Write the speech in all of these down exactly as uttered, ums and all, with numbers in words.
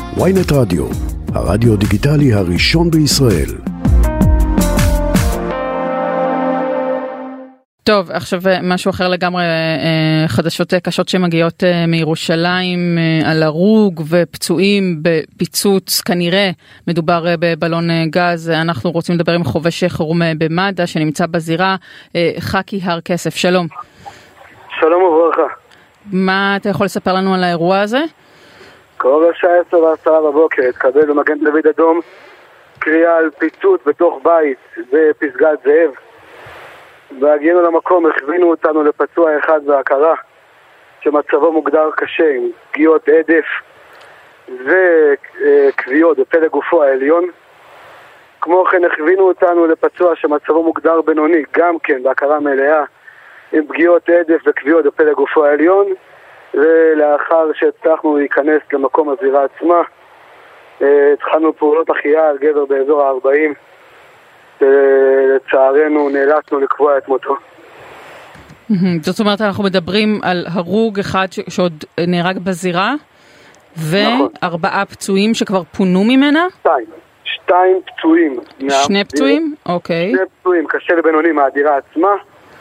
וויינט רדיו, הרדיו דיגיטלי הראשון בישראל. טוב, עכשיו משהו אחר לגמרי, חדשות קשות שמגיעות מירושלים על הרוג ופצועים בפיצוץ, כנראה מדובר בבלון גז. אנחנו רוצים לדבר עם חובש חירום במד"א שנמצא בזירה, חקי הר כסף, שלום. שלום וברכה. מה אתה יכול לספר לנו על האירוע הזה? קרוב לשעה עשר ועשרה בבוקר התקבל במגן דוד אדום קריאה על פיצוץ בתוך בית בפסגת זאב. והגיענו למקום, הכווינו אותנו לפצוע אחד בהכרה שמצבו מוגדר קשה עם פגיעות עדף וכוויות בפלג גופו העליון. כמו כן הכווינו אותנו לפצוע שמצבו מוגדר בינוני, גם כן בהכרה מלאה, עם פגיעות עדף וכוויות בפלג גופו העליון. ולאחר שהצלחנו להיכנס למקום הזירה עצמה, התחלנו פעולות החייאה על גבר באזור ה-ארבעים, לצערנו נאלצנו לקבוע את מותו. זאת אומרת, אנחנו מדברים על הרוג אחד שעוד נהרג בזירה, וארבעה פצועים שכבר פונו ממנה? שתיים. שתיים פצועים. שני פצועים? אוקיי. שני פצועים, קשה לבינוני מהדירה עצמה.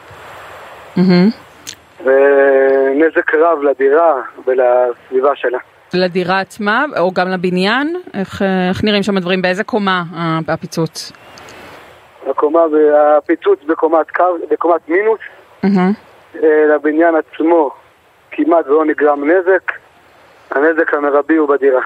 ונזק רב לדירה ולסביבה שלה. לדירה עצמה או גם לבניין? איך, איך נראים שם הדברים? באיזה קומה הפיצוץ? הקומה, הפיצוץ בקומת קו, בקומת מינוס. לבניין עצמו כמעט ולא נגרם נזק. הנזק המרבי הוא בדירה.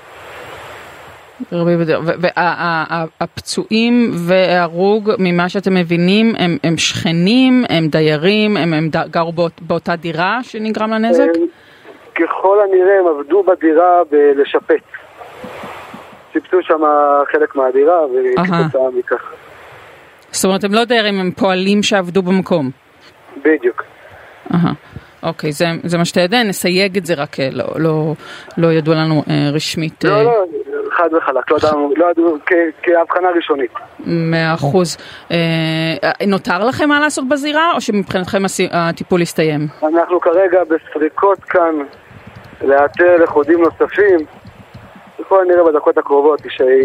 והפצועים והרוג, ממה שאתם מבינים, הם, הם שכנים, הם דיירים, הם, הם גרו באות, באותה דירה שנגרם לנזק? ככל הנראה הם עבדו בדירה לשפץ. שיפצו שם חלק מהדירה וכתוצאה מכך. זאת אומרת, הם לא דיירים, הם פועלים שעבדו במקום? בדיוק. אהה. אוקיי, זה, זה מה שאתה יודע, נסייג את זה רק, לא, לא, לא ידעו לנו אה, רשמית. לא, לא, חד וחלק, לא ידעו, לא ידעו, כהבחנה ראשונית. מאה אחוז. אה, נותר לכם מה לעשות בזירה, או שמבחינתכם הטיפול יסתיים? אנחנו כרגע בסריקות כאן, לאתר לחודים נוספים, בכל נראה בדקות הקרובות,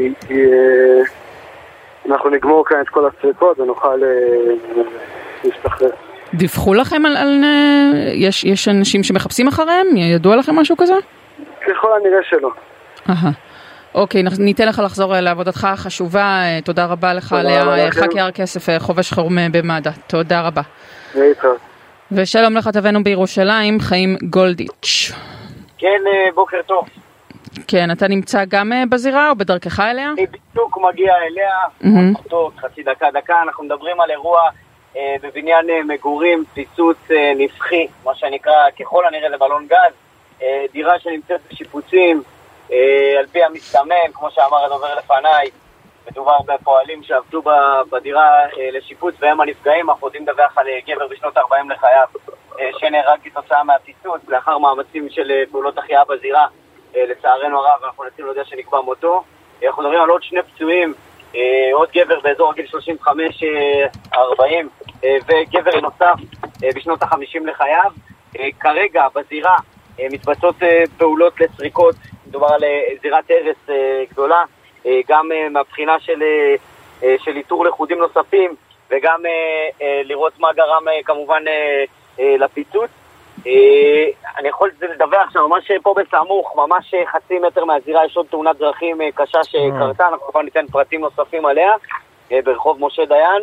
שאנחנו נגמור כאן את כל הסריקות, ונוכל להשתחרר. דיווחו לכם על, על יש, יש אנשים שמחפשים אחריהם? ידוע לכם משהו כזה? ככל הנראה שלא. אהה. אוקיי, ניתן לך לחזור לעבודתך החשובה. תודה רבה לך עליה. חקי הר כסף, חובש חירום במד"א. תודה רבה. להתראות. ושלום לכתבנו בירושלים, חיים גולדיץ'. כן, בוקר טוב. כן, אתה נמצא גם בזירה או בדרכך אליה? אני בדיוק מגיע אליה. טוב, חצי דקה, דקה. אנחנו מדברים על אירוע בבניין מגורים, פיצוץ נפחי, מה שנקרא ככל הנראה לבלון גז, דירה שנמצאת בשיפוצים, על פי המסתמן, כמו שאמר הדובר לפניי, מדובר בפועלים שעבדו בדירה לשיפוץ והם הנפגעים. אנחנו יודעים לדווח על גבר בשנות ארבעים לחייו שנהרג כתוצאה מהפיצוץ לאחר מאמצים של פעולות החייאה בזירה. לצערנו הרב אנחנו נצאים להודיע שנקבע מותו. אנחנו מדברים על עוד שני פצועים, עוד גבר באזור הגיל שלושים וחמש ארבעים וגבר נוסף בשנות החמישים לחייו. כרגע בזירה מתבצעות פעולות לסריקות, מדובר על זירת הרס גדולה, גם מהבחינה של, של איתור לחודים נוספים וגם לראות מה גרם כמובן לפיצוץ. אני יכול לדווח שממש פה בסמוך, ממש חצי מטר מהזירה יש עוד תאונת דרכים קשה שקרתה, אנחנו כבר ניתן פרטים נוספים עליה, ברחוב משה דיין.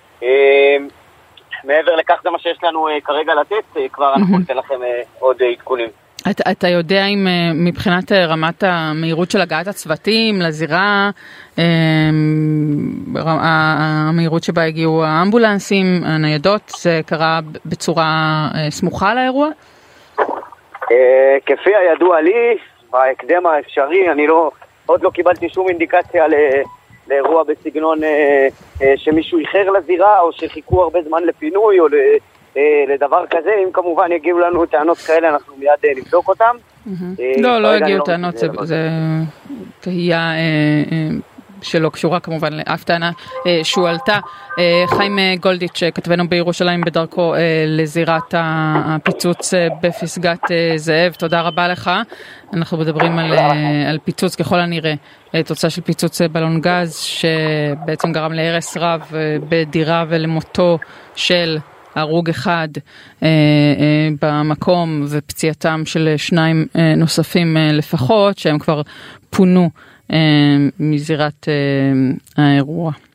מעבר לכך זה מה שיש לנו כרגע לתת, כבר אנחנו ניתן לכם עוד עדכונים. אתה, אתה יודע אם מבחינת רמת המהירות של הגעת הצוותים לזירה, המהירות שבה הגיעו האמבולנסים, הניידות, זה קרה בצורה סמוכה לאירוע? כפי הידוע לי, בהקדם האפשרי, אני לא, עוד לא קיבלתי שום אינדיקציה לאירוע בסגנון שמישהו איחר לזירה, או שחיכו הרבה זמן לפינוי, או לדבר כזה. אם כמובן יגיעו לנו טענות כאלה, אנחנו מיד נבדוק אותם. לא, לא הגיעו טענות, זה תהיה שלא קשורה כמובן לאף טענה שהועלתה. חיים גולדיץ', כתבנו בירושלים בדרכו לזירת הפיצוץ בפסגת זאב, תודה רבה לך. אנחנו מדברים על, על פיצוץ ככל הנראה, תוצאה של פיצוץ בלון גז שבעצם גרם להרס רב בדירה ולמותו של הרוג אחד אה, אה, במקום ופציעתם של שניים אה, נוספים אה, לפחות שהם כבר פונו אה, מזירת אה, האירוע.